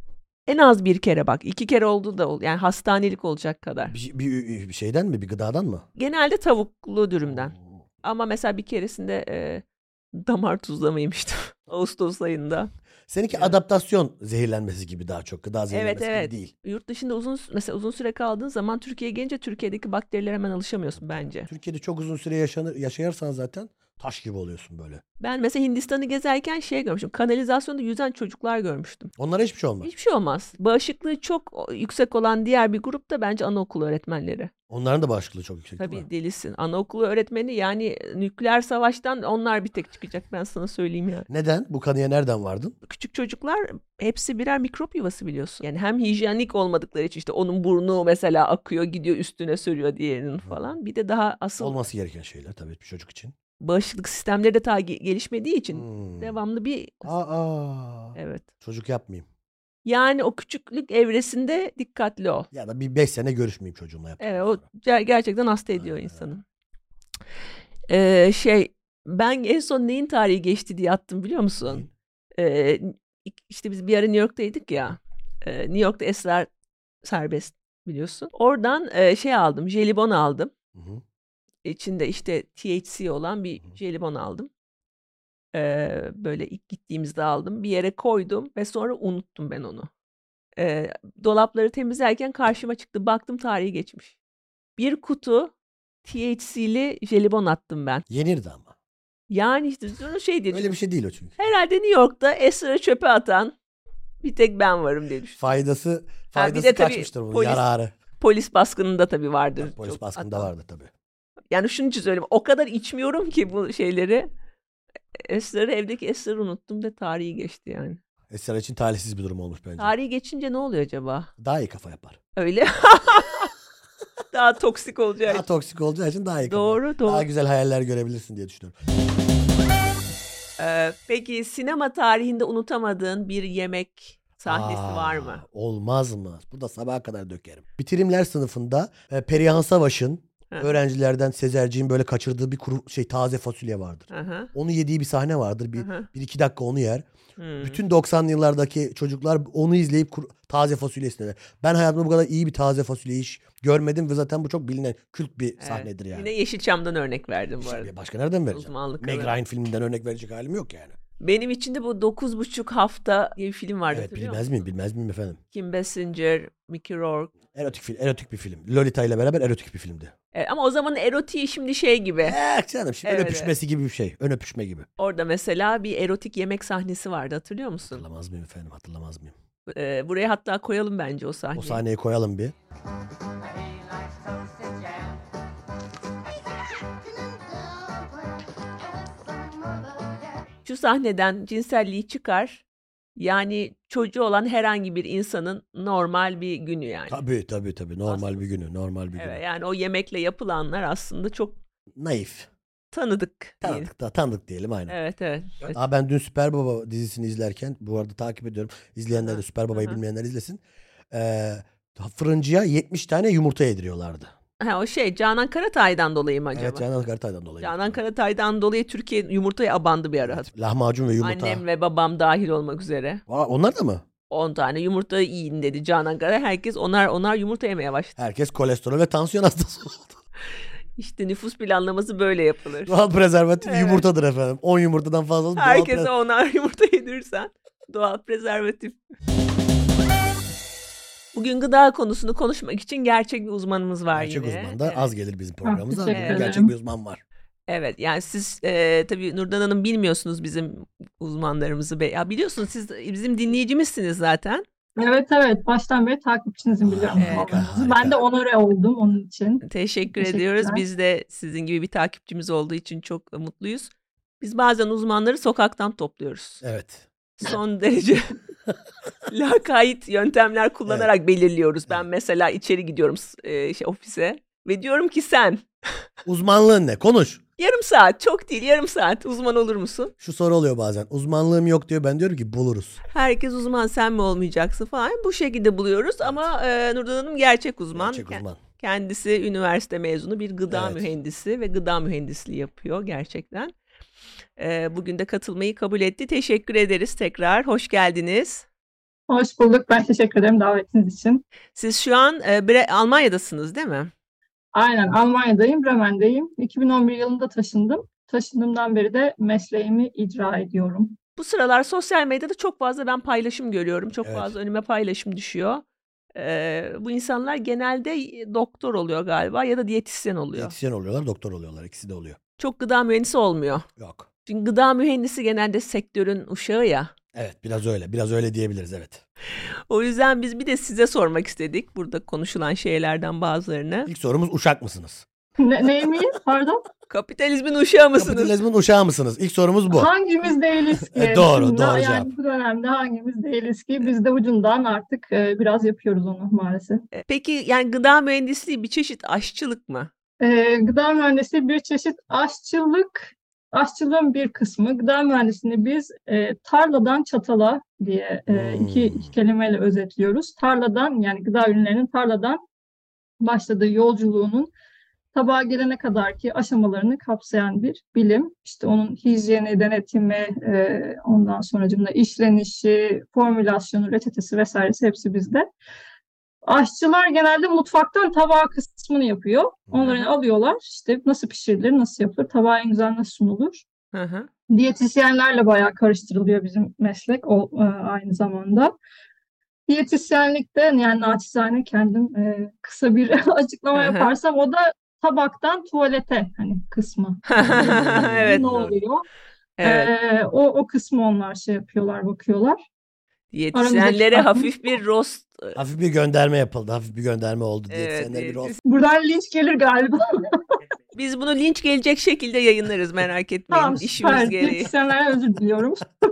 en az bir kere bak iki kere oldu da ol yani hastanelik olacak kadar. Bir, bir, bir şeyden mi? Bir gıdadan mı? Genelde tavuklu dürümden. Ama mesela bir keresinde e, damar tuzlama yemiştim Ağustos ayında. Seninki Evet. adaptasyon zehirlenmesi gibi daha çok. Gıda zehirlenmesi Evet, evet. gibi değil. Yurt dışında uzun mesela uzun süre kaldığın zaman Türkiye'ye gelince Türkiye'deki bakterilere hemen alışamıyorsun bence. Türkiye'de çok uzun süre yaşanır, yaşayarsan zaten taş gibi oluyorsun böyle. Ben mesela Hindistan'ı gezerken şey görmüştüm. Kanalizasyonda yüzen çocuklar görmüştüm. Onlara hiçbir şey olmaz. Hiçbir şey olmaz. Bağışıklığı çok yüksek olan diğer bir grup da bence anaokulu öğretmenleri. Onların da bağışıklığı çok yüksek değil mi? Tabii delisin. Anaokulu öğretmeni yani nükleer savaştan onlar bir tek çıkacak ben sana söyleyeyim yani. Neden? Bu kanıya nereden vardın? Küçük çocuklar hepsi birer mikrop yuvası biliyorsun. Yani hem hijyenik olmadıkları için işte onun burnu mesela akıyor gidiyor üstüne sürüyor diğerinin falan. Bir de daha asıl Olması gereken şeyler tabii bir çocuk için. bağışıklık sistemleri de ta ge- gelişmediği için Hmm. devamlı bir Aa, evet. çocuk yapmayayım. Yani o küçüklük evresinde dikkatli ol. Ya da bir beş sene görüşmeyeyim çocuğumla yapayım. Evet o ger- gerçekten hasta ediyor Ha. insanı. Ee, şey ben en son neyin tarihi geçti diye attım biliyor musun? Ee, işte biz bir ara New York'taydık ya. Ee, New York'ta esrar serbest biliyorsun. Oradan e, şey aldım, jelibon aldım. Hı hı. İçinde işte T H C olan bir Hı hı. jelibon aldım. Ee, böyle ilk gittiğimizde aldım. Bir yere koydum ve sonra unuttum ben onu. Ee, dolapları temizlerken karşıma çıktı. Baktım tarihi geçmiş. Bir kutu T H C'li jelibon attım ben. Yenirdi ama. Yani işte sonra şey diye Öyle bir şey değil o çünkü. herhalde New York'ta esrarı çöpe atan bir tek ben varım diye düşünüyorum. Faydası Ha, faydası bir de tabii kaçmıştır bunun, polis- yararı. Polis baskınında tabii vardır. Tabii, polis çok baskında atan. vardı tabii. Yani şunun için söyleyeyim. O kadar içmiyorum ki bu şeyleri. Esrarı, evdeki esrarı unuttum da tarihi geçti yani. Esrar için talihsiz bir durum olmuş bence. Tarihi geçince ne oluyor acaba? Daha iyi kafa yapar. Öyle. Daha toksik olacağı Daha için. toksik olacağı için daha iyi kafa. Doğru, doğru. Daha güzel hayaller görebilirsin diye düşünüyorum. Ee, peki sinema tarihinde unutamadığın bir yemek sahnesi Aa, var mı? Olmaz mı? Burada sabaha kadar dökerim. Bitirimler sınıfında e, Perihan Savaş'ın Hı. öğrencilerden Sezerciğin böyle kaçırdığı bir kuru şey taze fasulye vardır. Hı hı. Onu yediği bir sahne vardır. Bir, Hı hı. bir iki dakika onu yer. Hmm. Bütün doksanlı yıllardaki çocuklar onu izleyip kuru, taze fasulye isterler. Ben hayatımda bu kadar iyi bir taze fasulye hiç görmedim ve zaten bu çok bilinen kült bir Evet. sahnedir yani. Yine Yeşilçam'dan örnek verdim bu arada. Başka nereden vereceğim? Uzmanlık Meg alanı. Ryan filminden örnek verecek halim yok yani. Benim için de bu dokuz buçuk hafta diye bir film vardı, Evet, hatırlıyor bilmez musun? miyim bilmez miyim efendim. Kim Basinger, Mickey Rourke. Erotik film, erotik bir film. Lolita ile beraber erotik bir filmdi. Evet, ama o zaman erotiği şimdi şey gibi. Eh canım şimdi Evet, ön öpüşmesi gibi bir şey. Ön öpüşme gibi. Orada mesela bir erotik yemek sahnesi vardı, hatırlıyor musun? Hatırlamaz mıyım efendim, hatırlamaz mıyım? Ee, buraya hatta koyalım bence o sahneyi. O sahneyi koyalım bir. Şu sahneden cinselliği çıkar. Yani çocuğu olan herhangi bir insanın normal bir günü yani. Tabii tabii tabii. Normal Aslında. bir günü. Normal bir günü. Evet, yani o yemekle yapılanlar aslında çok Naif. tanıdık. diyelim. Tanıdık da tanıdık diyelim aynen. Evet evet. evet. Aa, ben dün Süper Baba dizisini izlerken, bu arada takip ediyorum. İzleyenler de Aha, Süper Baba'yı aha. bilmeyenler izlesin. Ee, fırıncıya yetmiş tane yumurta yediriyorlardı. Ha, o şey Canan Karatay'dan dolayı mı acaba? Evet, Canan Karatay'dan dolayı. Canan Karatay'dan dolayı Türkiye yumurtaya abandı bir ara. Evet, lahmacun ve yumurta. Annem ve babam dahil olmak üzere. Aa, onlar da mı? on tane yumurta yiyin dedi Canan Karatay. Herkes onar onar yumurta yemeye başladı. Herkes kolesterol ve tansiyon hastası oldu. İşte nüfus planlaması böyle yapılır. Doğal prezervatif Evet. yumurtadır efendim. on yumurtadan fazlası doğal Herkese pre- onar yumurta yedirirsen doğal prezervatif. Bugün gıda konusunu konuşmak için gerçek bir uzmanımız var Gerçek yine. uzman da Evet. az gelir bizim programımıza. teşekkür Bugün gerçek ederim. bir uzman var. Evet, yani siz e, tabii Nurdan Hanım bilmiyorsunuz bizim uzmanlarımızı. Be ya biliyorsunuz, siz bizim dinleyicimizsiniz zaten. Evet evet baştan beri takipçinizim, biliyorum. Evet. olmanızı. Harika. Ben de onore oldum onun için. Teşekkür Teşekkürler. ediyoruz. Biz de sizin gibi bir takipçimiz olduğu için çok mutluyuz. Biz bazen uzmanları sokaktan topluyoruz. Evet. Son derece lakayt yöntemler kullanarak belirliyoruz. Ben Evet. mesela içeri gidiyorum e, şey, ofise ve diyorum ki sen Uzmanlığın ne? Konuş. yarım saat, çok değil yarım saat uzman olur musun? Şu soru oluyor bazen. Uzmanlığım yok diyor. Ben diyorum ki buluruz. Herkes uzman, sen mi olmayacaksın falan. Bu şekilde buluyoruz ama e, Nurdan Hanım gerçek uzman. Gerçek uzman. Kendisi üniversite mezunu bir gıda Evet. mühendisi ve gıda mühendisliği yapıyor gerçekten. Ee, bugün de katılmayı kabul etti. Teşekkür ederiz tekrar. Hoş geldiniz. Hoş bulduk. Ben teşekkür ederim davetiniz için. Siz şu an e, Bre- Almanya'dasınız değil mi? Aynen, Almanya'dayım, Bremen'deyim. iki bin on bir yılında taşındım. Taşındığımdan beri de mesleğimi icra ediyorum. Bu sıralar sosyal medyada çok fazla ben paylaşım görüyorum. Çok Evet. fazla önüme paylaşım düşüyor. Ee, bu insanlar genelde doktor oluyor galiba ya da diyetisyen oluyor. Diyetisyen oluyorlar, doktor oluyorlar. İkisi de oluyor. Çok gıda mühendisi olmuyor. Yok. Çünkü gıda mühendisi genelde sektörün uşağı ya. Evet, biraz öyle. Biraz öyle diyebiliriz, evet. O yüzden biz bir de size sormak istedik burada konuşulan şeylerden bazılarını. İlk sorumuz, uşak mısınız? Ne, neyim? Pardon? Kapitalizmin uşağı mısınız? Kapitalizmin uşağı mısınız? İlk sorumuz bu. Hangimiz değiliz ki? E, doğru, Şimdi, doğru yani cevap. bu dönemde hangimiz değiliz ki? Biz de ucundan artık e, biraz yapıyoruz onu maalesef. E, Peki yani gıda mühendisliği bir çeşit aşçılık mı? E, gıda mühendisliği bir çeşit aşçılık, aşçılığın bir kısmı. Gıda mühendisliğini biz e, tarladan çatala diye e, iki, Hmm. iki kelimeyle özetliyoruz. Tarladan, yani gıda ürünlerinin tarladan başladığı yolculuğunun tabağa gelene kadarki aşamalarını kapsayan bir bilim. İşte onun hijyeni, denetimi, e, ondan sonracığında işlenişi, formülasyonu, reçetesi vesairesi hepsi bizde. Aşçılar genelde mutfaktan tabağa kısmını yapıyor. Onları Hı hı. alıyorlar. İşte nasıl pişirilir, nasıl yapılır, tabağa en güzel nasıl sunulur. Hı hı. Diyetisyenlerle bayağı karıştırılıyor bizim meslek o, e, aynı zamanda. Diyetisyenlikte yani naçizane kendim e, kısa bir açıklama Hı hı. yaparsam o da tabaktan tuvalete hani kısmı. Yani Evet, ne doğru. oluyor? Evet. E, o o kısmı onlar şey yapıyorlar, bakıyorlar. Aramızdaki Diyetisyenlere farkımız hafif bir roast. e, Hafif bir gönderme yapıldı. Hafif bir gönderme oldu. Evet, Diyetisyenler bir diyetis- olsun. buradan linç gelir galiba. Biz bunu linç gelecek şekilde yayınlarız, merak etmeyin. Tamam, İşimiz süper. gereği. Diyetisyenlerden özür diliyorum.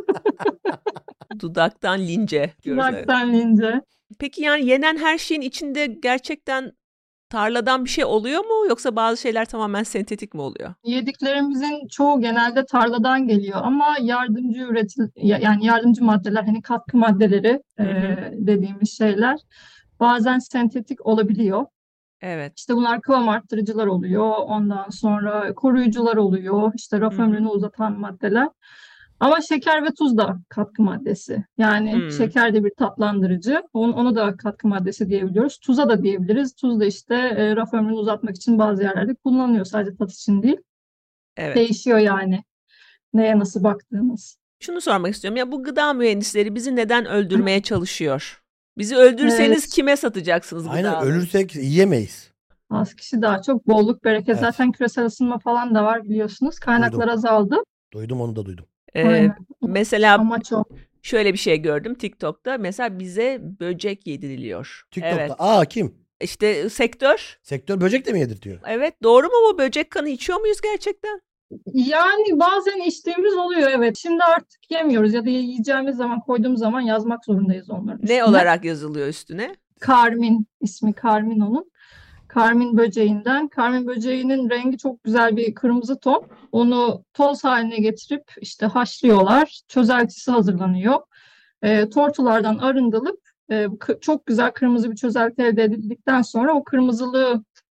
Dudaktan lince diyoruz. Evet. Dudaktan lince. Peki yani yenen her şeyin içinde gerçekten tarladan bir şey oluyor mu? Yoksa bazı şeyler tamamen sentetik mi oluyor? Yediklerimizin çoğu genelde tarladan geliyor ama yardımcı üretim ya- yani yardımcı maddeler hani katkı maddeleri Hı hı. e, dediğimiz şeyler bazen sentetik olabiliyor. Evet. İşte bunlar kıvam arttırıcılar oluyor. Ondan sonra koruyucular oluyor. İşte raf Hı hı. ömrünü uzatan maddeler. Ama şeker ve tuz da katkı maddesi. Yani Hmm. şeker de bir tatlandırıcı. Onu, onu da katkı maddesi diyebiliyoruz. Tuza da diyebiliriz. Tuz da işte e, raf ömrünü uzatmak için bazı yerlerde kullanılıyor. Sadece tat için değil. Evet. Değişiyor yani neye nasıl baktığımız. Şunu sormak istiyorum. Ya bu gıda mühendisleri bizi neden öldürmeye çalışıyor? Bizi öldürseniz Evet, kime satacaksınız Aynen, gıdaları? ölürsek yiyemeyiz. az kişi daha çok bolluk bereket. Evet. Zaten küresel ısınma falan da var biliyorsunuz. Kaynaklar Duydum. azaldı. Duydum, onu da duydum. Ee, Aynen. mesela Amaç o. şöyle bir şey gördüm TikTok'ta. Mesela bize böcek yediriliyor. TikTok'ta. Evet. Aa, kim? İşte sektör. Sektör böcek de mi yedirtiyor? Evet, doğru mu bu? Böcek kanı içiyor muyuz gerçekten? Yani bazen içtiğimiz oluyor, evet. Şimdi artık yemiyoruz ya da yiyeceğimiz zaman koyduğumuz zaman yazmak zorundayız onların Ne üstüne. olarak yazılıyor üstüne? Karmin, ismi Karmin onun. Karmin böceğinden. Karmin böceğinin rengi çok güzel bir kırmızı ton. Onu toz haline getirip işte haşlıyorlar. Çözeltisi hazırlanıyor. E, tortulardan arındırılıp e, k- çok güzel kırmızı bir çözelti elde edildikten sonra o kırmızılığı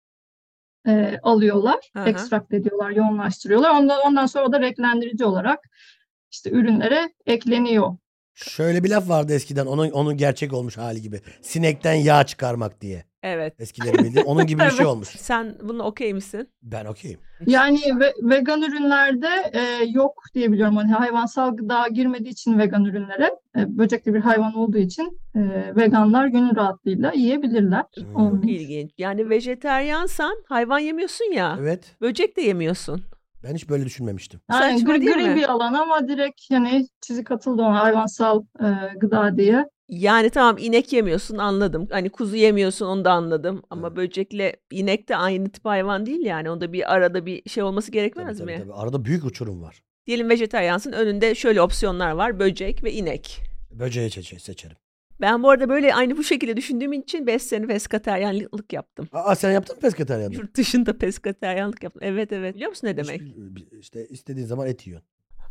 e, alıyorlar, Hı hı. ekstrakt ediyorlar, yoğunlaştırıyorlar. Ondan, ondan sonra o da renklendirici olarak işte ürünlere ekleniyor. Şöyle bir laf vardı eskiden, onun onun gerçek olmuş hali gibi. Sinekten yağ çıkarmak diye. Evet. Eskileri bildi. Onun gibi bir şey Evet. olmuş. Sen bunu okey misin? Ben okeyim. Yani ve, vegan ürünlerde e, yok diye biliyorum. Hani hayvansal gıda girmediği için vegan ürünlere, e, böcekli bir hayvan olduğu için e, veganlar gönül rahatlığıyla yiyebilirler. Hmm. Onun- Çok ilginç. Yani vejeteryansan hayvan yemiyorsun ya. Evet. Böcek de yemiyorsun. Ben hiç böyle düşünmemiştim. Yani Saçma gri, değil gri mi? bir alan ama direkt hani çizik atıldı ona hayvansal e, gıda diye. Yani tamam, inek yemiyorsun, anladım. Hani kuzu yemiyorsun, onu da anladım. Ama Evet. böcekle inek de aynı tip hayvan değil yani. Onda bir arada bir şey olması Tabii, gerekmez tabii, mi? tabii. Arada büyük uçurum var. Diyelim vejetaryansın, önünde şöyle opsiyonlar var: böcek ve inek. Böceği seçe- seçerim. Ben bu arada böyle aynı bu şekilde düşündüğüm için beş sene peskateryanlık yaptım. Aa, sen yaptın mı pesketeryanlık? Yurt dışında peskateryanlık yaptım. Evet evet. Biliyor musun ne demek? Hiç- İşte istediğin zaman et yiyorsun.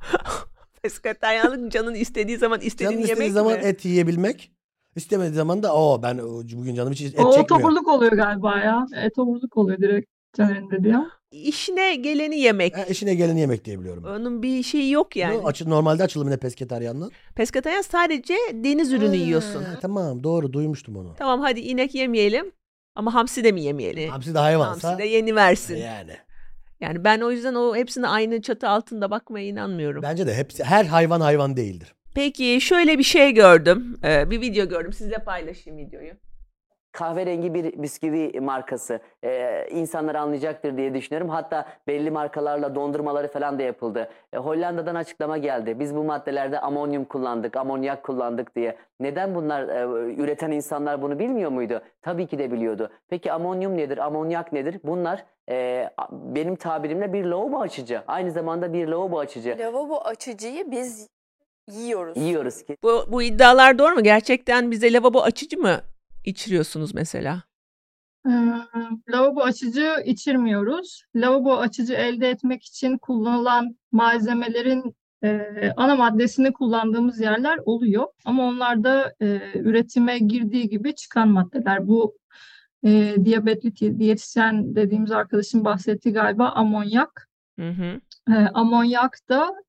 Peskateryanlık canın istediği zaman Canın istediğini istediği yemek zaman mi? et yiyebilmek. İstemediği zaman da o ben o, bugün canım hiç et O çekmiyor. otoburluk oluyor galiba ya. Etoburluk oluyor direkt Caner'in dediği ama. İşine geleni yemek. Ha, işine geleni yemek diye biliyorum ben. Onun bir şeyi yok yani. Yo, açı, normalde açılımı ne pesketeryanlığın? Peskateryan sadece deniz ürünü yiyorsun. Ha, tamam, doğru, duymuştum onu. Tamam, hadi inek yemeyelim ama hamsi de mi yemeyelim? Hamsi de hayvansa. Hamsi de yeni versin. Yani. Yani ben o yüzden o hepsine aynı çatı altında bakmaya inanmıyorum. Bence de hepsi, her hayvan hayvan değildir. Peki şöyle bir şey gördüm. Ee, bir video gördüm. Sizle paylaşayım videoyu. Kahverengi bir bisküvi markası. Ee, insanlar anlayacaktır diye düşünüyorum. Hatta belli markalarla dondurmaları falan da yapıldı. Ee, Hollanda'dan açıklama geldi. Biz bu maddelerde amonyum kullandık, amonyak kullandık diye. Neden bunlar e, üreten insanlar bunu bilmiyor muydu? Tabii ki de biliyordu. Peki amonyum nedir, amonyak nedir? Bunlar e, benim tabirimle bir lavabo açıcı. Aynı zamanda bir lavabo açıcı. Lavabo açıcıyı biz yiyoruz. Yiyoruz ki. Bu, bu iddialar doğru mu? Gerçekten bize lavabo açıcı mı içiriyorsunuz mesela? Ee, lavabo açıcı içirmiyoruz. Lavabo açıcı elde etmek için kullanılan malzemelerin e, ana maddesini kullandığımız yerler oluyor. Ama onlar da e, üretime girdiği gibi çıkan maddeler. Bu e, diyabetli diyetisyen dediğimiz arkadaşın bahsettiği galiba amonyak. Hı hı. E, amonyak da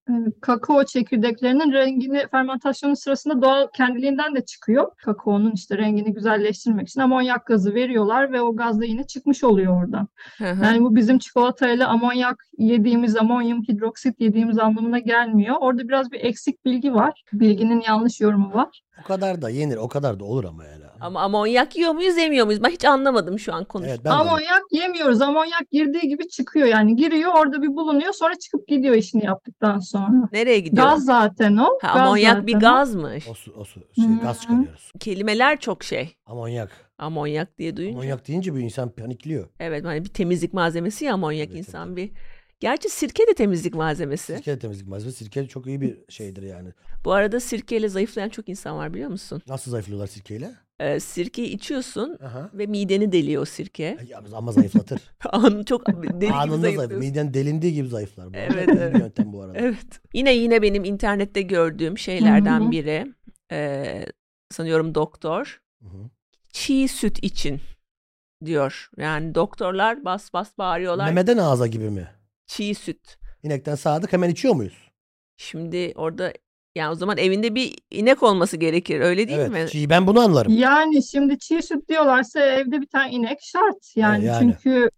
e, kakao çekirdeklerinin rengini fermentasyonun sırasında doğal kendiliğinden de çıkıyor. Kakaonun işte rengini güzelleştirmek için amonyak gazı veriyorlar ve o gaz da yine çıkmış oluyor oradan. Hı hı. Yani bu bizim çikolatayla amonyak yediğimiz, amonyum hidroksit yediğimiz anlamına gelmiyor. Orada biraz bir eksik bilgi var. Bilginin yanlış yorumu var. O kadar da yenir, o kadar da olur ama yani. Ama amonyak yiyor muyuz, yemiyor muyuz? Ben hiç anlamadım şu an konuştuğum. Evet, ben de. Amonyak yemiyoruz. Amonyak girdiği gibi çıkıyor. Yani giriyor, orada bir bulunuyor, sonra çıkıp gidiyor işini yaptıktan sonra. Nereye gidiyor? Gaz zaten o. Ha, Gaz amonyak bir zaten o. gazmış. O su, o su, şey, Hı. gaz çıkarıyoruz. Kelimeler çok şey. Amonyak. Amonyak diye duyunca. Amonyak deyince bir insan panikliyor. Evet, hani bir temizlik malzemesi ya amonyak, Tabii, insan tabii. bir. Gerçi sirke de temizlik malzemesi. Sirke de temizlik malzemesi. Sirke çok iyi bir şeydir yani. Bu arada sirkeyle zayıflayan çok insan var, biliyor musun? Nasıl zayıflıyorlar sirkeyle? Ee, sirkeyi içiyorsun Aha. ve mideni deliyor o sirke. Ay, ama zayıflatır. An çok deli gibi Anında zayıf. zayıflıyorsun. Miden delindiği gibi zayıflar. Bu Evet, arada. İyi bir evet. yöntem bu arada. Evet. Yine yine benim internette gördüğüm şeylerden Hı hı. biri. Ee, sanıyorum doktor. Hı hı. Çiğ süt için diyor. Yani doktorlar bas bas bağırıyorlar. Memeden ağza gibi mi? Çiğ süt. İnekten sağdık, hemen içiyor muyuz? Şimdi orada, yani o zaman evinde bir inek olması gerekir, öyle değil Evet. mi? Çiğ, ben bunu anlarım. Yani şimdi çiğ süt diyorlarsa evde bir tane inek şart. Yani, yani. çünkü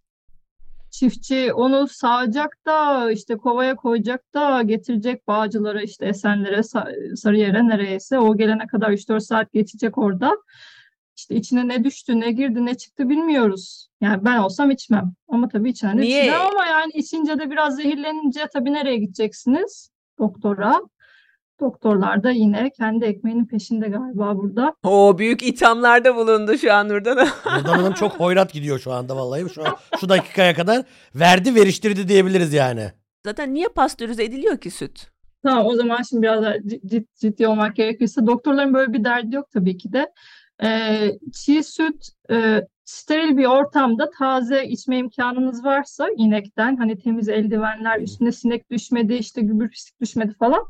çiftçi onu sağacak da işte kovaya koyacak da getirecek bağcılara, işte Esenler'e, Sa- Sarıyer'e, nereyse, o gelene kadar üç dört saat geçecek orada. İşte içine ne düştü, ne girdi, ne çıktı bilmiyoruz. Yani ben olsam içmem. Ama tabii içen de Niye? içmem, ama yani içince de biraz zehirlenince tabii nereye gideceksiniz? Doktora. Doktorlar da yine kendi ekmeğinin peşinde galiba burada. O büyük ithamlarda bulundu şu an Nurdan Hanım. Nurdan Hanım çok hoyrat gidiyor şu anda vallahi. Şu an şu dakikaya kadar verdi veriştirdi diyebiliriz yani. Zaten niye pastörize ediliyor ki süt? Tamam, o zaman şimdi biraz daha ciddi, ciddi olmak gerekirse, doktorların böyle bir derdi yok tabii ki de. Ee, çiğ süt e, steril bir ortamda taze içme imkanınız varsa inekten, hani temiz eldivenler, üstüne sinek düşmedi, işte gübür pislik düşmedi falan.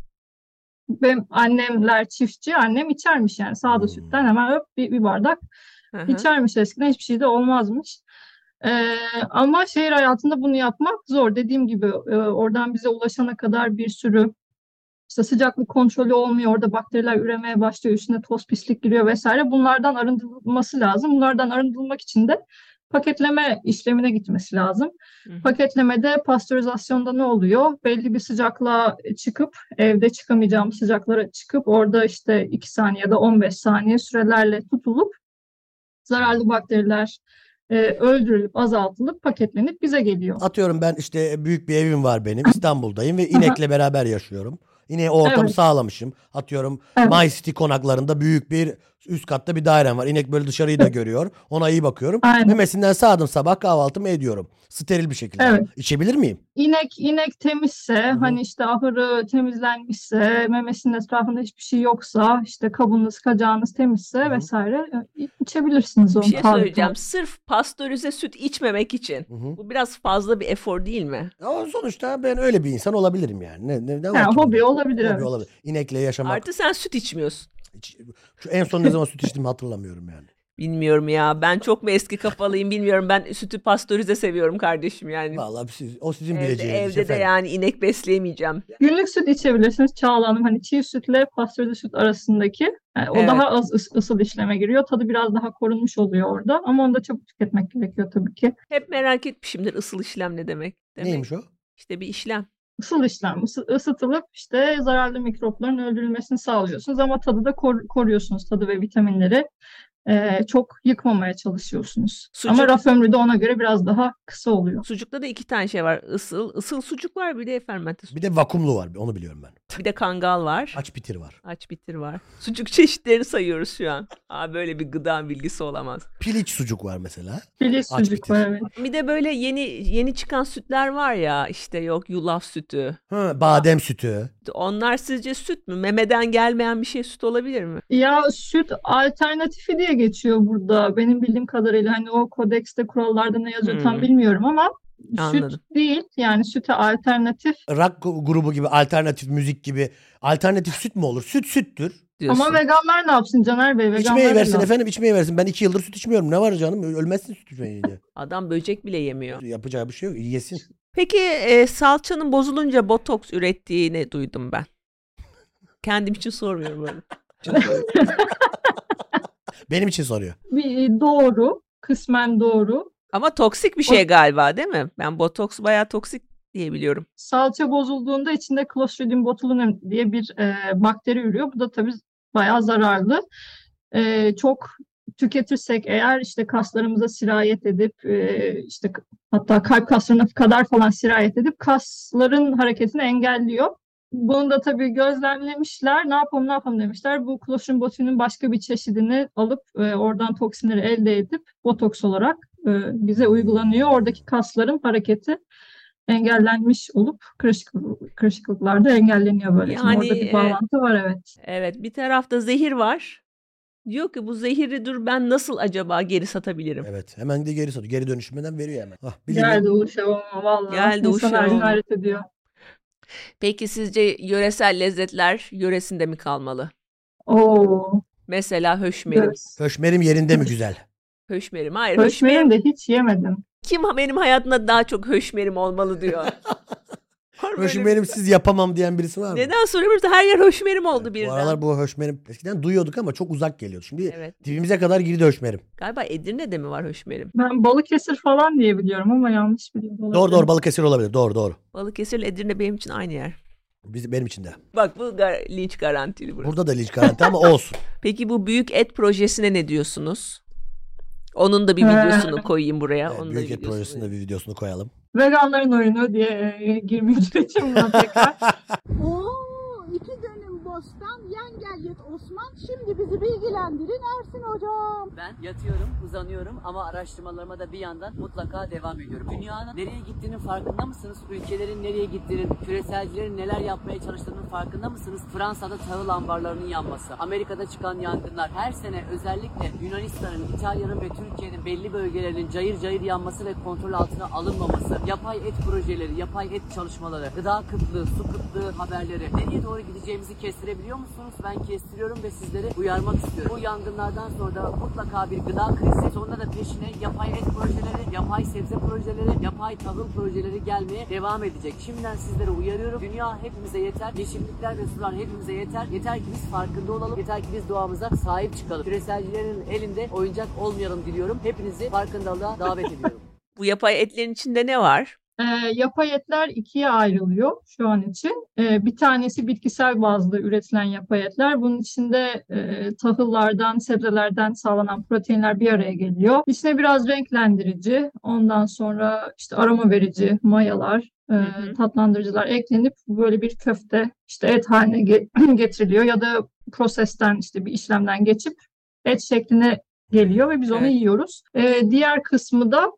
Benim annemler çiftçi, annem içermiş yani sağda Hmm. sütten hemen öp bir, bir bardak Hı hı. içermiş, eskiden hiçbir şey de olmazmış. Ee, ama şehir hayatında bunu yapmak zor. Dediğim gibi e, oradan bize ulaşana kadar bir sürü işte sıcaklık kontrolü olmuyor. Orada bakteriler üremeye başlıyor. Üstüne toz pislik giriyor vesaire. Bunlardan arındırılması lazım. Bunlardan arındırılmak için de paketleme işlemine gitmesi lazım. Hı hı. Paketlemede, pastörizasyonda ne oluyor? Belli bir sıcaklığa çıkıp, evde çıkamayacağım sıcaklara çıkıp, orada işte iki saniye ya da on beş saniye sürelerle tutulup zararlı bakteriler e, öldürülüp azaltılıp paketlenip bize geliyor. Atıyorum ben işte büyük bir evim var benim. İstanbul'dayım ve inekle beraber yaşıyorum. Yine o ortamı Evet. sağlamışım. Atıyorum Evet. My City konaklarında büyük bir üst katta bir dairem var. İnek böyle dışarıyı da görüyor. Ona iyi bakıyorum. Aynen. Memesinden sağdım, sabah kahvaltımı ediyorum. Steril bir şekilde. Evet. İçebilir miyim? İnek inek temizse, Hı hı. hani işte ahırı temizlenmişse, memesinin etrafında hiçbir şey yoksa, işte kabınız, kacağınız temizse Hı hı. vesaire e, içebilirsiniz Bir onu. şey taze söyleyeceğim. Sırf pastörize süt içmemek için. Hı hı. Bu biraz fazla bir efor değil mi? Ama sonuçta ben öyle bir insan olabilirim yani. Ne, ne, ne var Yani ki hobi bunda? olabilir, Hobi evet. olabilir. İnekle yaşamak. Artı sen süt içmiyorsun. Hiç- şu en son ne zaman süt içtiğimi hatırlamıyorum yani. Bilmiyorum ya. Ben çok mu eski kafalıyım bilmiyorum. Ben sütü pastörize seviyorum kardeşim yani. Vallahi siz, o sizin Evde, bileceğiniz iş evde de efendim. yani inek besleyemeyeceğim. Günlük süt içebilirsiniz Çağla Hanım. Hani çiğ sütle pastörize süt arasındaki. Yani o Evet. daha az ıs- ısıl işleme giriyor. Tadı biraz daha korunmuş oluyor orada. Ama onu da çabuk tüketmek gerekiyor tabii ki. Hep merak etmişimdir ısıl işlem ne demek. Demek Neymiş o? İşte bir işlem. Isıl işlem, ısı- ısıtılıp işte zararlı mikropların öldürülmesini sağlıyorsunuz, ama tadı da kor- koruyorsunuz, tadı ve vitaminleri e, çok yıkmamaya çalışıyorsunuz. Sucuk- Ama raf ömrü de ona göre biraz daha kısa oluyor. Sucukta da iki tane şey var. Isıl, ısıl sucuk var, bir de fermente sucuk. Bir de vakumlu var. Onu biliyorum ben. Bir de kangal var. Aç bitir var. Aç bitir var. Sucuk çeşitlerini sayıyoruz şu an. Aa, böyle bir gıda bilgisi olamaz. Piliç sucuk var mesela. Filiz Aç sucuk bitir. var, evet. Bir de böyle yeni yeni çıkan sütler var ya, işte yok yulaf sütü. Ha, badem sütü. Onlar sizce süt mü? Memeden gelmeyen bir şey süt olabilir mi? Ya süt alternatifi diye geçiyor burada. Benim bildiğim kadarıyla, hani o kodekste, kurallarda ne yazıyor tam Hmm. bilmiyorum, ama Anladım. Süt değil, yani süte alternatif. Rock grubu gibi, alternatif müzik gibi. Alternatif süt mü olur? Süt süttür. Diyorsun. Ama veganlar ne yapsın Caner Bey? İçmeye Veganlar versin ne yapsın? efendim, içmeye versin. Ben iki yıldır süt içmiyorum. Ne var canım? Ölmezsin süt içmeyince. Adam böcek bile yemiyor. Yapacağı bir şey yok. Yesin. Peki e, salçanın bozulunca botoks ürettiğini duydum ben. Kendim için sormuyorum böyle. Benim için soruyor. Bir, doğru. Kısmen doğru. Ama toksik bir şey galiba değil mi? Ben botoks bayağı toksik diye biliyorum. Salça bozulduğunda içinde Clostridium botulinum diye bir e, bakteri ürüyor. Bu da tabii bayağı zararlı. E, çok tüketirsek eğer işte kaslarımıza sirayet edip e, işte hatta kalp kaslarına kadar falan sirayet edip kasların hareketini engelliyor. Bunu da tabii gözlemlemişler. Ne yapalım ne yapalım demişler. Bu Clostridium botulinum başka bir çeşidini alıp e, oradan toksinleri elde edip botoks olarak e, bize uygulanıyor. Oradaki kasların hareketi engellenmiş olup kırışıklık, kırışıklıklar da engelleniyor böyle. Yani, Orada bir bağlantı var, evet. Evet, bir tarafta zehir var. Diyor ki bu zehiri dur ben nasıl acaba geri satabilirim? Evet. Hemen de geri satıyor. Geri dönüşümden veriyor hemen. Ah, bilim- Geldi uşağım vallahi. Geldi İnsan her gün uşağım. hayret ediyor. Peki sizce yöresel lezzetler yöresinde mi kalmalı? Oo. Mesela höşmerim. Evet. Höşmerim yerinde mi güzel? Höşmerim. Hayır, höşmerim. Höşmerim de hiç yemedim. Kim benim hayatımda daha çok höşmerim olmalı diyor. Var böyle Höşmerim bir- siz yapamam diyen birisi var mı? Neden soruyoruz da her yer höşmerim oldu Bu birden. aralar bu höşmerim eskiden duyuyorduk ama çok uzak geliyordu. Şimdi Evet. dibimize kadar girdi höşmerim. Galiba Edirne'de mi var höşmerim? Ben Balıkesir falan diye biliyorum ama yanlış biliyorum. Doğru olabilir. doğru Balıkesir olabilir. Doğru doğru. Balıkesir ile Edirne benim için aynı yer. Biz, benim için de. Bak bu gar- linç garantili burası. Burada da linç garanti ama olsun. Peki bu büyük et projesine ne diyorsunuz? Onun da bir Ee, videosunu koyayım buraya. Evet, Onun da Büyük Et videosunu. Projesi'nde bir videosunu koyalım. Veganların oyunu diye e, girmeyeceğim için buna tekrar. Oo, iki dönüm bostan, yan gel yat Osman. Şimdi bizi bilgilendirin Ersin hocam. Ben yatıyorum, uzanıyorum ama araştırmalarıma da bir yandan mutlaka devam ediyorum. Dünyanın nereye gittiğinin farkında mısınız? Ülkelerin nereye gittiğinin, küreselcilerin neler yapmaya çalıştığının farkında mısınız? Fransa'da tahıl ambarlarının yanması, Amerika'da çıkan yangınlar, her sene özellikle Yunanistan'ın, İtalya'nın ve Türkiye'nin belli bölgelerinin cayır cayır yanması ve kontrol altına alınmaması, yapay et projeleri, yapay et çalışmaları, gıda kıtlığı, su kıtlığı haberleri, nereye doğru gideceğimizi kestirebiliyor musunuz? Ben kestiriyorum ve sizleri uyarmak istiyorum. Bu yangınlardan sonra da mutlaka bir gıda krizi, sonra da peşine yapay et projeleri, yapay sebze projeleri, yapay tahıl projeleri gelmeye devam edecek. Şimdiden sizlere uyarıyorum. Dünya hepimize yeter. Yeşillikler ve sular hepimize yeter. Yeter ki biz farkında olalım. Yeter ki biz doğamıza sahip çıkalım. Küreselcilerin elinde oyuncak olmayalım diliyorum. Hepinizi farkındalığa davet ediyorum. Bu yapay etlerin içinde ne var? E, yapay etler ikiye ayrılıyor şu an için. E, bir tanesi bitkisel bazlı üretilen yapay etler. Bunun içinde e, tahıllardan, sebzelerden sağlanan proteinler bir araya geliyor. İçine biraz renklendirici, ondan sonra işte aroma verici mayalar, e, Hı hı. tatlandırıcılar eklenip böyle bir köfte işte et haline ge- getiriliyor ya da prosesten işte bir işlemden geçip et şekline geliyor ve biz onu Evet. yiyoruz. E, diğer kısmı da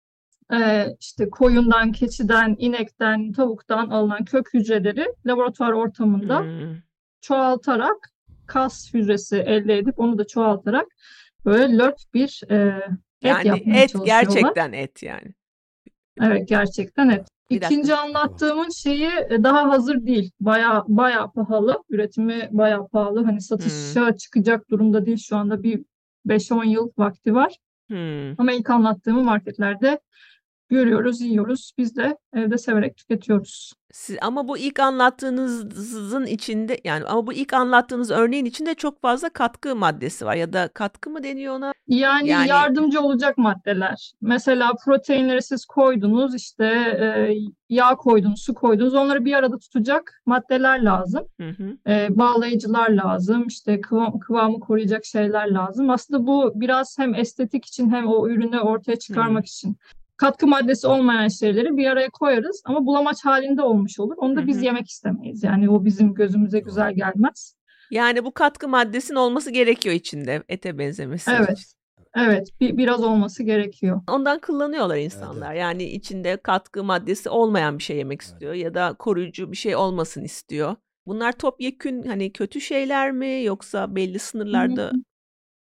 e, işte koyundan, keçiden, inekten, tavuktan alınan kök hücreleri laboratuvar ortamında Hmm. çoğaltarak kas hücresi elde edip onu da çoğaltarak böyle lört bir e, et Yani yapmaya et çalışıyorlar. gerçekten et yani. Evet, gerçekten et. Bir dakika. İkinci anlattığımın şeyi e, daha hazır değil. Baya baya pahalı. Üretimi baya pahalı. Hani satışa çıkacak durumda değil şu anda. Bir beş on yıl vakti var. Hmm. Ama ilk anlattığımı marketlerde görüyoruz, yiyoruz. Biz de evde severek tüketiyoruz. Siz, ama bu ilk anlattığınızın içinde yani ama bu ilk anlattığınız örneğin içinde çok fazla katkı maddesi var ya da katkı mı deniyor ona? Yani, Yani- yardımcı olacak maddeler. Mesela proteinleri siz koydunuz, işte e, yağ koydunuz, su koydunuz. Onları bir arada tutacak maddeler lazım. Hı hı. E, bağlayıcılar lazım. İşte kıvam, kıvamı koruyacak şeyler lazım. Aslında bu biraz hem estetik için hem o ürünü ortaya çıkarmak için. Katkı maddesi olmayan şeyleri bir araya koyarız ama bulamaç halinde olmuş olur. Onu da Hı biz hı. yemek istemeyiz. Yani o bizim gözümüze güzel gelmez. Yani bu katkı maddesinin olması gerekiyor içinde ete benzemesi için. Evet. Evet, bir, biraz olması gerekiyor. Ondan kullanıyorlar insanlar. Yani içinde katkı maddesi olmayan bir şey yemek istiyor ya da koruyucu bir şey olmasın istiyor. Bunlar topyekün hani kötü şeyler mi yoksa belli sınırlarda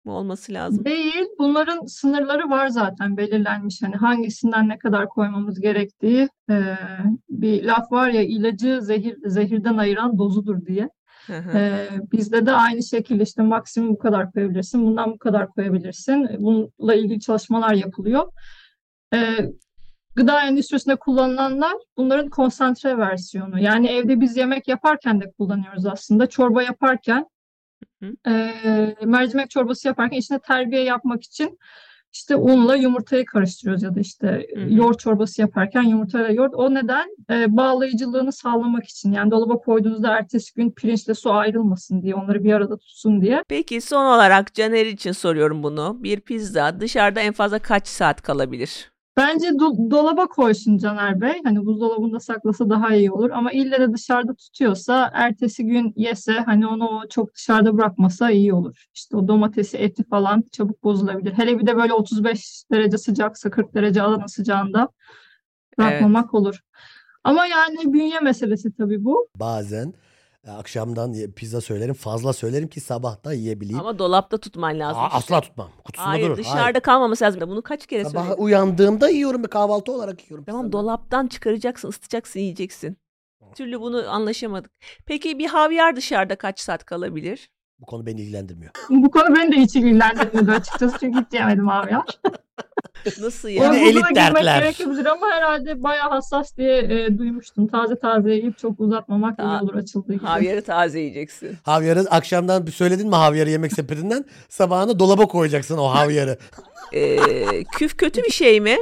mı olması lazım? Değil. Bunların sınırları var zaten belirlenmiş. Hani hangisinden ne kadar koymamız gerektiği. Ee, bir laf var ya, ilacı zehir zehirden ayıran dozudur diye. Hı hı. Ee, bizde de aynı şekilde işte maksimum bu kadar koyabilirsin, bundan bu kadar koyabilirsin. Bununla ilgili çalışmalar yapılıyor. Ee, Gıda endüstrisinde kullanılanlar bunların konsantre versiyonu. Yani evde biz yemek yaparken de kullanıyoruz aslında. Çorba yaparken, Hı. e, mercimek çorbası yaparken içine terbiye yapmak için işte unla yumurtayı karıştırıyoruz ya da işte Hı hı. yoğurt çorbası yaparken yumurtayla yoğurt. O neden? E, bağlayıcılığını sağlamak için. Yani dolaba koyduğunuzda ertesi gün pirinçle su ayrılmasın diye, onları bir arada tutsun diye. Peki son olarak Caner için soruyorum bunu. Bir pizza dışarıda en fazla kaç saat kalabilir? Bence do- dolaba koysun Caner Bey. Hani buzdolabında saklasa daha iyi olur. Ama ille de dışarıda tutuyorsa ertesi gün yese, hani onu o çok dışarıda bırakmasa iyi olur. İşte o domatesi, eti falan çabuk bozulabilir. Hele bir de böyle otuz beş derece sıcaksa, kırk derece alanın sıcağında bırakmamak olur. Ama yani bünye meselesi tabii bu. Bazen e, akşamdan ye- pizza söylerim. Fazla söylerim ki sabah da yiyebileyim. Ama dolapta tutman lazım Aa, işte. asla tutmam. Kutusunda Hayır, durur. dışarıda Hayır. kalmaması lazım. Bunu kaç kere Sabah söyledim? uyandığımda yiyorum. Bir kahvaltı olarak yiyorum. Tamam, pizzamı. dolaptan çıkaracaksın, ısıtacaksın, yiyeceksin. Bir türlü bunu anlaşamadık. Peki bir havyar dışarıda kaç saat kalabilir? Bu konu beni ilgilendirmiyor. Bu konu beni de hiç ilgilendirmiyordu açıkçası. Çünkü hiç yemedim abi ya. Nasıl Yine Ona ya? elit Google'a girmek dertler. gerekebilir ama herhalde bayağı hassas diye e, duymuştum. Taze taze yiyip çok uzatmamak iyi Ta- olur açıldığı gibi. Havyarı taze yiyeceksin. Havyarı akşamdan bir söyledin mi havyarı yemek sepetinden? Sabahına dolaba koyacaksın o havyarı. Ee, küf kötü bir şey mi?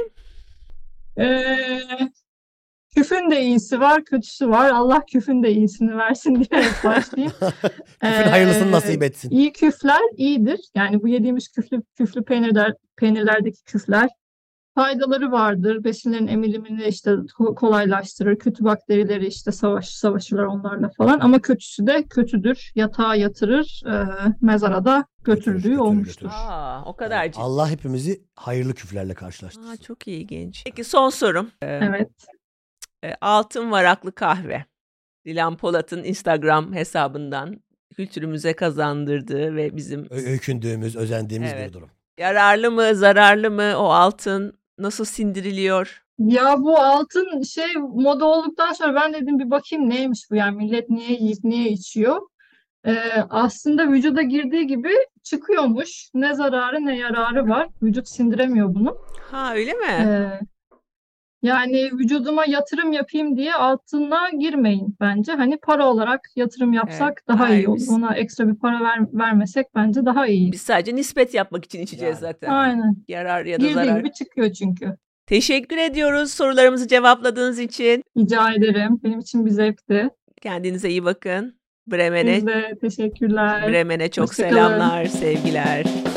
Ee, küfün de iyisi var, kötüsü var. Allah küfün de iyisini versin diyerek başlayayım. Küfün hayırlısını Ee, nasip etsin. İyi küfler iyidir. Yani bu yediğimiz küflü küflü peynirler, peynirlerdeki küfler faydaları vardır. Besinlerin emilimini işte ko- kolaylaştırır. Kötü bakterileri işte savaş savaşırlar onlarla falan. Ama kötüsü de kötüdür. Yatağa yatırır, e, mezara da Götürür, götürdüğü götürür, olmuştur. götürür. Aa, o kadar ciddi. Allah hepimizi hayırlı küflerle karşılaştırsın. Aa, çok ilginç. Peki son sorum. Ee, Evet. e, altın varaklı kahve. Dilan Polat'ın Instagram hesabından kültürümüze kazandırdığı ve bizim Ö- öykündüğümüz, özendiğimiz Evet. bir durum. yararlı mı, zararlı mı o altın nasıl sindiriliyor? Ya bu altın şey moda olduktan sonra ben dedim bir bakayım neymiş bu, yani millet niye yiyip niye içiyor. Ee, aslında vücuda girdiği gibi çıkıyormuş. Ne zararı ne yararı var. Vücut sindiremiyor bunu. Ha, öyle mi? Ee, yani vücuduma yatırım yapayım diye altına girmeyin bence. Hani para olarak yatırım yapsak Evet, daha hayır, iyi olur. biz- Ona ekstra bir para ver, vermesek bence daha iyi. Biz sadece nispet yapmak için içeceğiz Yani. zaten. Aynen. Yarar ya da Girdiği zarar. gibi çıkıyor çünkü. Teşekkür ediyoruz sorularımızı cevapladığınız için. Rica ederim. Benim için bir zevkti. Kendinize iyi bakın. Bremen'e Siz de teşekkürler. Bremen'e çok Hoşça kalın. selamlar, sevgiler.